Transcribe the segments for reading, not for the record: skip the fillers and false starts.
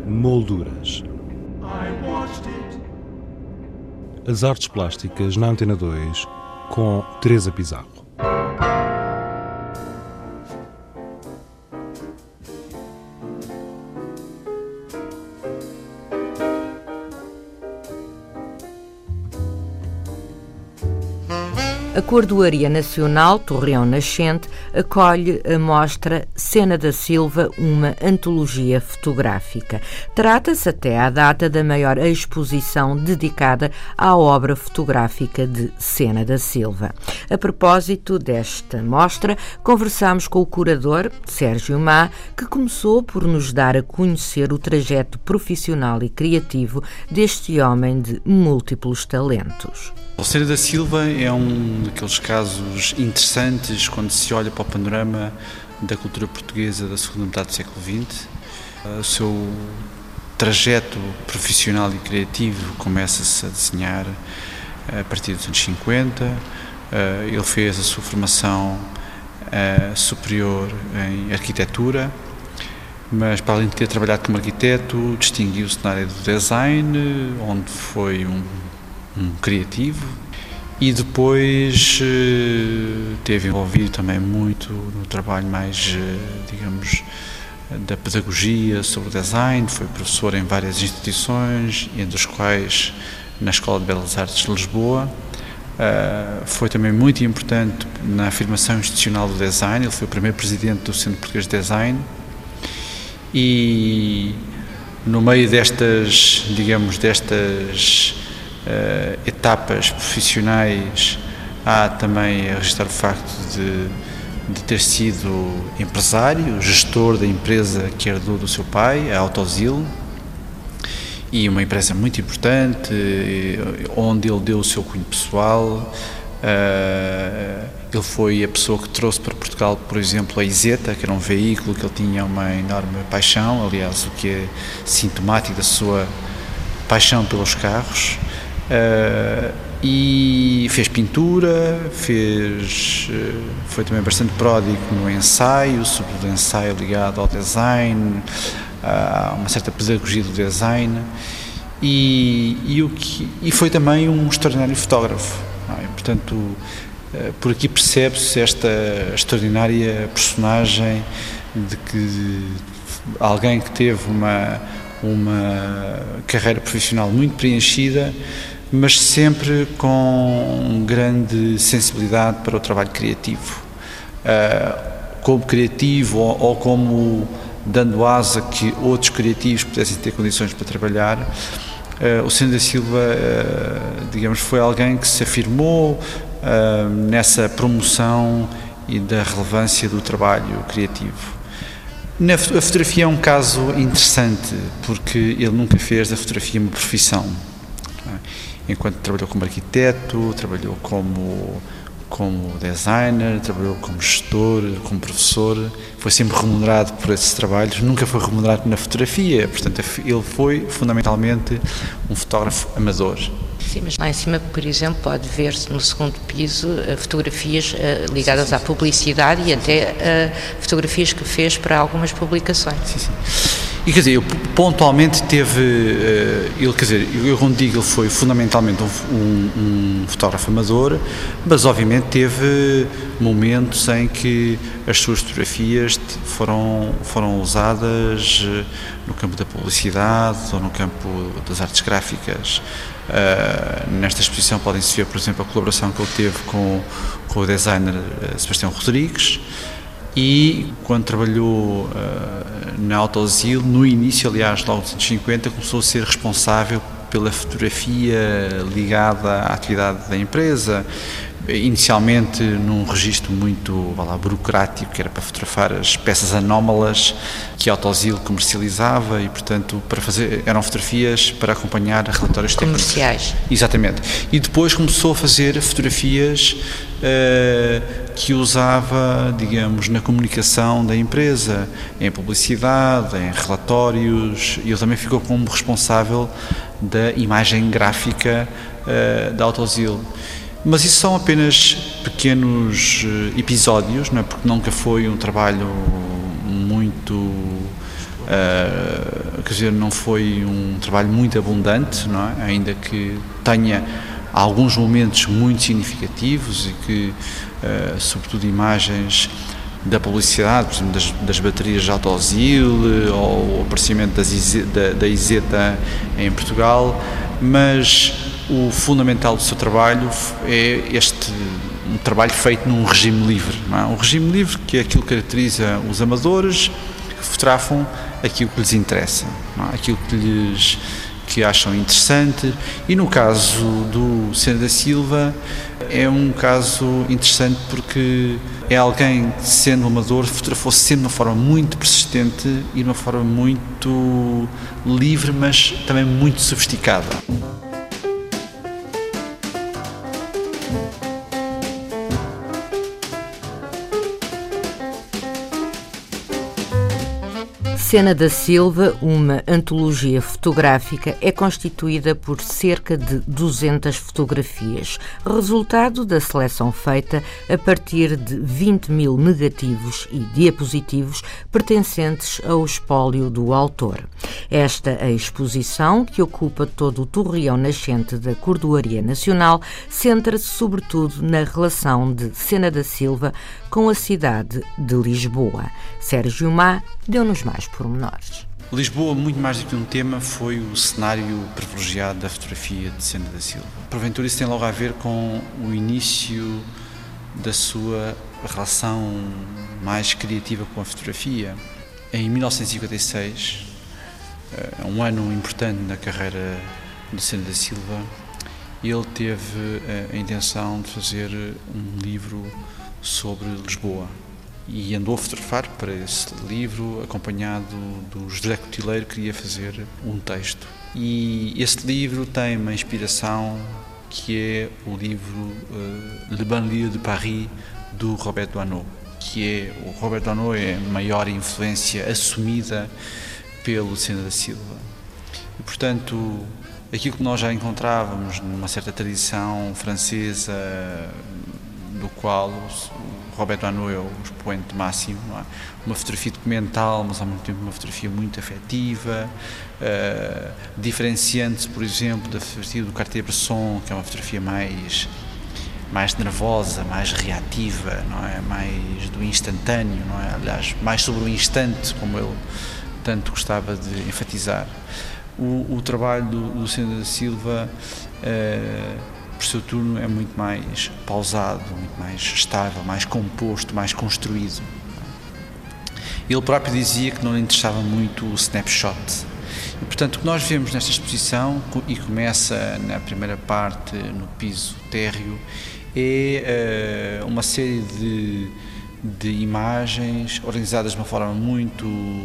Molduras. As artes plásticas na Antena 2 com Teresa Pizarro. A Cordoaria Nacional Torreão Nascente acolhe a mostra Sena da Silva, uma antologia fotográfica. Trata-se até à data da maior exposição dedicada à obra fotográfica de Sena da Silva. A propósito desta mostra, conversamos com o curador, Sérgio Má, que começou por nos dar a conhecer o trajeto profissional e criativo deste homem de múltiplos talentos. O Sena da Silva é um daqueles casos interessantes quando se olha para o panorama da cultura portuguesa da segunda metade do século XX. O seu trajeto profissional e criativo começa-se a desenhar a partir dos anos 50. Ele fez a sua formação superior em arquitetura, mas para além de ter trabalhado como arquiteto, distinguiu-se na área do design, onde foi um criativo, e depois esteve envolvido também muito no trabalho mais, digamos, da pedagogia sobre o design. Foi professor em várias instituições, entre as quais na Escola de Belas Artes de Lisboa. Foi também muito importante na afirmação institucional do design. Ele foi o primeiro presidente do Centro Português de Design, e no meio destas, digamos, etapas profissionais, há também a registrar o facto de ter sido empresário, gestor da empresa que herdou do seu pai, a Autosil, e uma empresa muito importante, onde ele deu o seu cunho pessoal. Ele foi a pessoa que trouxe para Portugal, por exemplo, a Isetta, que era um veículo que ele tinha uma enorme paixão, aliás, o que é sintomático da sua paixão pelos carros. E fez pintura, foi também bastante pródigo no ensaio, sobretudo ensaio ligado ao design, a uma certa pedagogia do design, e foi também um extraordinário fotógrafo. Portanto, por aqui percebe-se esta extraordinária personagem de que alguém que teve uma carreira profissional muito preenchida, mas sempre com grande sensibilidade para o trabalho criativo. Como criativo ou como dando asa que outros criativos pudessem ter condições para trabalhar, o Sena da Silva, digamos, foi alguém que se afirmou nessa promoção e da relevância do trabalho criativo. A fotografia é um caso interessante, porque ele nunca fez da fotografia uma profissão. Enquanto trabalhou como arquiteto, trabalhou como designer, trabalhou como gestor, como professor, foi sempre remunerado por esses trabalhos, nunca foi remunerado na fotografia. Portanto, ele foi fundamentalmente um fotógrafo amador. Sim, mas lá em cima, por exemplo, pode ver-se no segundo piso fotografias ligadas à publicidade e até fotografias que fez para algumas publicações. Sim. E quer dizer, pontualmente teve, ele, quer dizer, eu quando digo ele foi fundamentalmente um fotógrafo amador, mas obviamente teve momentos em que as suas fotografias foram usadas no campo da publicidade ou no campo das artes gráficas. Nesta exposição podem-se ver, por exemplo, a colaboração que ele teve com o designer Sebastião Rodrigues, e quando trabalhou na Autosil, no início, aliás, logo nos anos 50, começou a ser responsável pela fotografia ligada à atividade da empresa, inicialmente num registro muito burocrático, que era para fotografar as peças anómalas que a Autosil comercializava, e portanto eram fotografias para acompanhar relatórios técnicos. Comerciais. Exatamente. E depois começou a fazer fotografias que usava, digamos, na comunicação da empresa, em publicidade, em relatórios, e ele também ficou como responsável da imagem gráfica da Autosil. Mas isso são apenas pequenos episódios, não é? Porque nunca foi um trabalho muito Quer dizer, não foi um trabalho muito abundante, não é? Ainda que tenha alguns momentos muito significativos e que, sobretudo, imagens da publicidade, por exemplo, das baterias de Autosil ou o aparecimento da Iseta em Portugal, mas o fundamental do seu trabalho é um trabalho feito num regime livre, não é? Um regime livre que é aquilo que caracteriza os amadores, que fotografam aquilo que lhes interessa, não é? Aquilo que acham interessante, e no caso do Sena da Silva é um caso interessante porque é alguém que, sendo amador, fotografou sempre de uma forma muito persistente e de uma forma muito livre, mas também muito sofisticada. Sena da Silva, uma antologia fotográfica, é constituída por cerca de 200 fotografias, resultado da seleção feita a partir de 20.000 negativos e diapositivos pertencentes ao espólio do autor. Esta exposição, que ocupa todo o torreão nascente da Cordoaria Nacional, centra-se sobretudo na relação de Sena da Silva com a cidade de Lisboa. Sérgio Má deu-nos mais pormenores. Lisboa, muito mais do que um tema, foi o cenário privilegiado da fotografia de Sena da Silva. Porventura, isso tem logo a ver com o início da sua relação mais criativa com a fotografia. Em 1956, um ano importante na carreira de Sena da Silva, ele teve a intenção de fazer um livro sobre Lisboa e andou a fotografar para esse livro, acompanhado do José Cotileiro, que queria fazer um texto. E esse livro tem uma inspiração que é o livro Le Banlieue de Paris, do Robert Doisneau, o Robert Doisneau é a maior influência assumida pelo Sena da Silva. E, portanto, aquilo que nós já encontrávamos numa certa tradição francesa, do qual o Robert Doisneau é o expoente máximo, não é? Uma fotografia documental, mas ao mesmo tempo uma fotografia muito afetiva, diferenciando-se, por exemplo, da fotografia do Cartier-Bresson, que é uma fotografia mais nervosa, mais reativa, não é? Mais do instantâneo, não é? Aliás, mais sobre o instante, como ele tanto gostava de enfatizar. O trabalho do Sena da Silva, por seu turno, é muito mais pausado, muito mais estável, mais composto, mais construído. Ele próprio dizia que não lhe interessava muito o snapshot. E, portanto, o que nós vemos nesta exposição, e começa na primeira parte, no piso térreo, é uma série de imagens organizadas de uma forma muito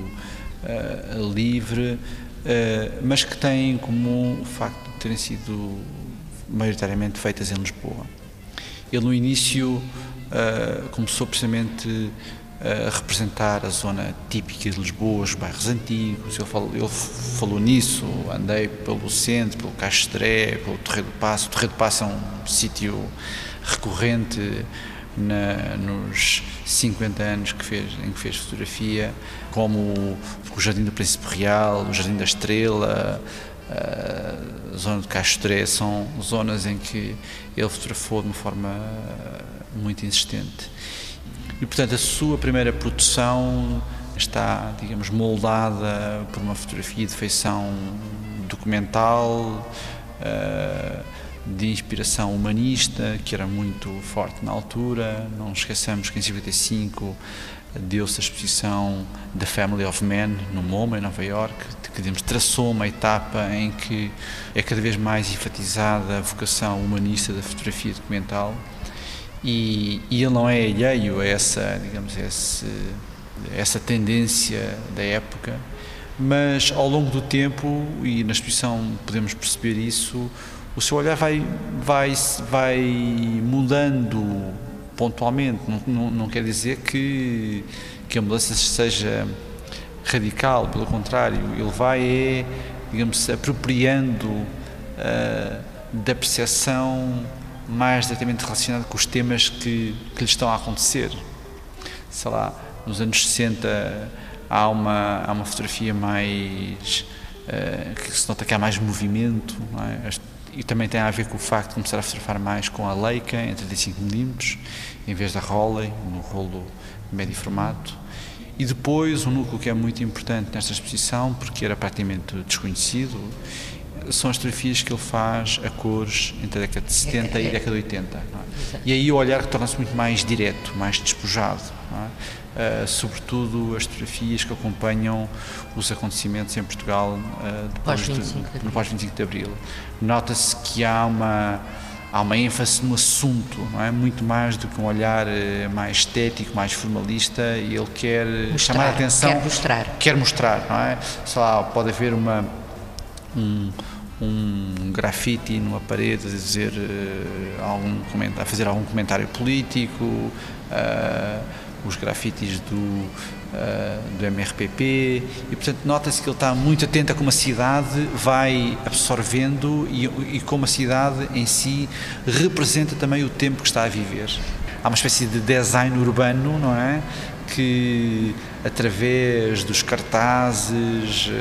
livre, mas que têm em comum o facto de terem sido maioritariamente feitas em Lisboa. Ele, no início, começou precisamente a representar a zona típica de Lisboa, os bairros antigos. Ele falou nisso. Andei pelo centro, pelo Caixo de Dré, pelo Torre do Paço. O Torre do Paço é um sítio recorrente nos 50 anos em que fez fotografia, como o Jardim do Príncipe Real, o Jardim da Estrela, a zona do Caixo de Dré, são zonas em que ele fotografou de uma forma muito insistente. E, portanto, a sua primeira produção está, digamos, moldada por uma fotografia de feição documental, de inspiração humanista, que era muito forte na altura. Não esqueçamos que em 55 deu-se a exposição The Family of Men no MoMA, em Nova Iorque, que traçou uma etapa em que é cada vez mais enfatizada a vocação humanista da fotografia documental, e ele não é alheio a essa tendência da época, mas ao longo do tempo, e na exposição podemos perceber isso, o seu olhar vai mudando pontualmente. Não quer dizer que a mudança seja radical, pelo contrário, ele vai, digamos, se apropriando da percepção mais diretamente relacionada com os temas que lhe estão a acontecer. Sei lá, nos anos 60 há uma fotografia mais que se nota que há mais movimento, não é? E também tem a ver com o facto de começar a fotografar mais com a Leica em 35mm em vez da Rolei no rolo médio formato. E depois um núcleo que é muito importante nesta exposição, porque era praticamente desconhecido, são as fotografias que ele faz a cores entre a década de 70 e a década de 80. Não é? E aí o olhar torna-se muito mais direto, mais despojado. Não é? Sobretudo as fotografias que acompanham os acontecimentos em Portugal no pós-25 de Abril. Nota-se que há uma ênfase no assunto, não é? Muito mais do que um olhar mais estético, mais formalista, e ele quer chamar a atenção. Quer mostrar, não é? Sei lá, pode haver um grafite numa parede a dizer a fazer algum comentário político, os grafites do MRPP, e portanto nota-se que ele está muito atento a como a cidade vai absorvendo e como a cidade em si representa também o tempo que está a viver. Há uma espécie de design urbano, não é? Que através dos cartazes,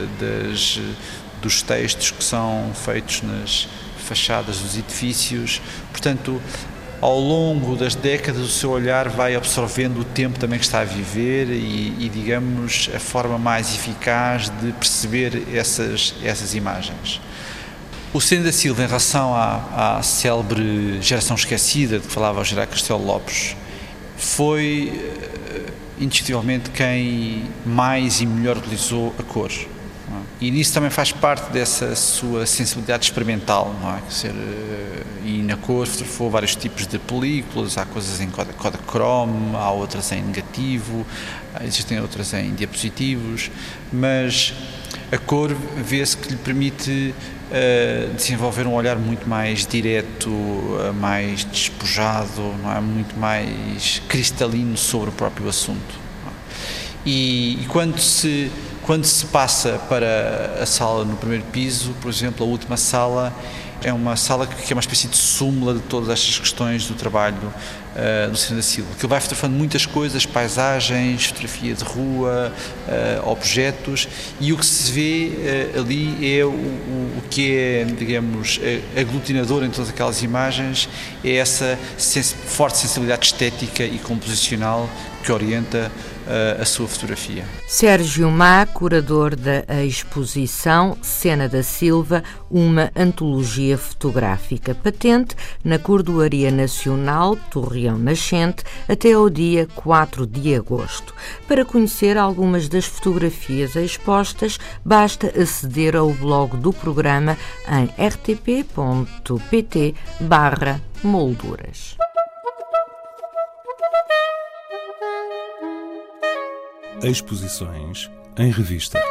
dos textos que são feitos nas fachadas dos edifícios, portanto, ao longo das décadas o seu olhar vai absorvendo o tempo também que está a viver e digamos, a forma mais eficaz de perceber essas imagens. O Cena da Silva, em relação à célebre Geração Esquecida, de que falava o Gerardo Castelo Lopes, foi indiscutivelmente quem mais e melhor utilizou a cor. E nisso também faz parte dessa sua sensibilidade experimental, não é? Quer dizer, e na cor fotografou vários tipos de películas, há coisas em Kodachrome, há outras em negativo, existem outras em diapositivos, mas a cor vê-se que lhe permite desenvolver um olhar muito mais direto, mais despojado, não é? Muito mais cristalino sobre o próprio assunto. E quando se passa para a sala no primeiro piso, por exemplo, a última sala é uma sala que é uma espécie de súmula de todas estas questões do trabalho do Cena da Silva, que ele vai fotografando muitas coisas, paisagens, fotografia de rua, objetos, e o que se vê ali é o que é, digamos, aglutinador em todas aquelas imagens, é essa forte sensibilidade estética e composicional que orienta a sua fotografia. Sérgio Má, curador da exposição Cena da Silva, uma antologia fotográfica, patente na Cordoaria Nacional Torreão Nascente até ao dia 4 de agosto. Para conhecer algumas das fotografias expostas, basta aceder ao blog do programa em rtp.pt/molduras. Exposições em revista.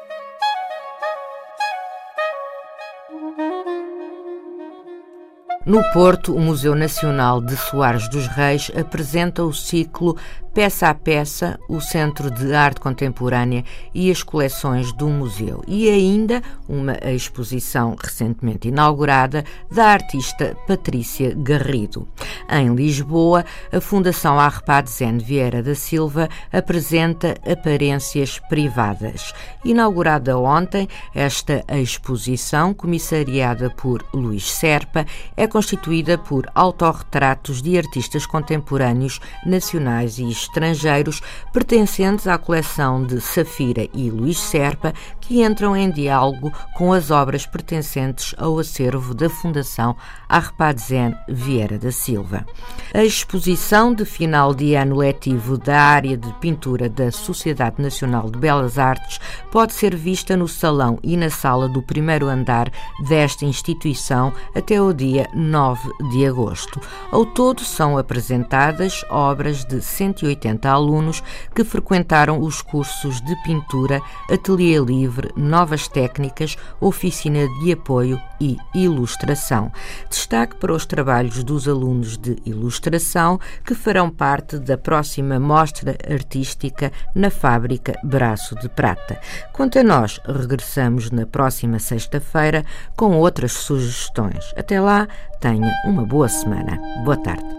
No Porto, o Museu Nacional de Soares dos Reis apresenta o ciclo Peça a Peça, o Centro de Arte Contemporânea e as coleções do museu, e ainda uma exposição recentemente inaugurada da artista Patrícia Garrido. Em Lisboa, a Fundação Arpad Zen Vieira da Silva apresenta Aparências Privadas. Inaugurada ontem, esta exposição, comissariada por Luís Serpa, é constituída por autorretratos de artistas contemporâneos nacionais e estrangeiros pertencentes à coleção de Safira e Luís Serpa, que entram em diálogo com as obras pertencentes ao acervo da Fundação Arpad Zen Vieira da Silva. A exposição de final de ano letivo da área de pintura da Sociedade Nacional de Belas Artes pode ser vista no salão e na sala do primeiro andar desta instituição até o dia 9 de agosto. Ao todo são apresentadas obras de 180 alunos que frequentaram os cursos de pintura, ateliê livre, novas técnicas, oficina de apoio e ilustração. Destaque para os trabalhos dos alunos de ilustração que farão parte da próxima mostra artística na Fábrica Braço de Prata. Quanto a nós, regressamos na próxima sexta-feira com outras sugestões. Até lá, tenha uma boa semana. Boa tarde.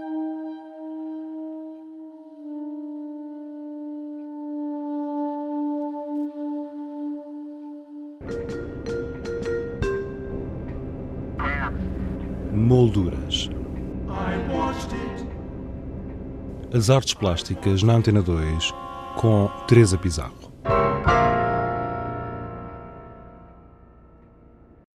Molduras. As artes plásticas na Antena 2 com Teresa Pizarro.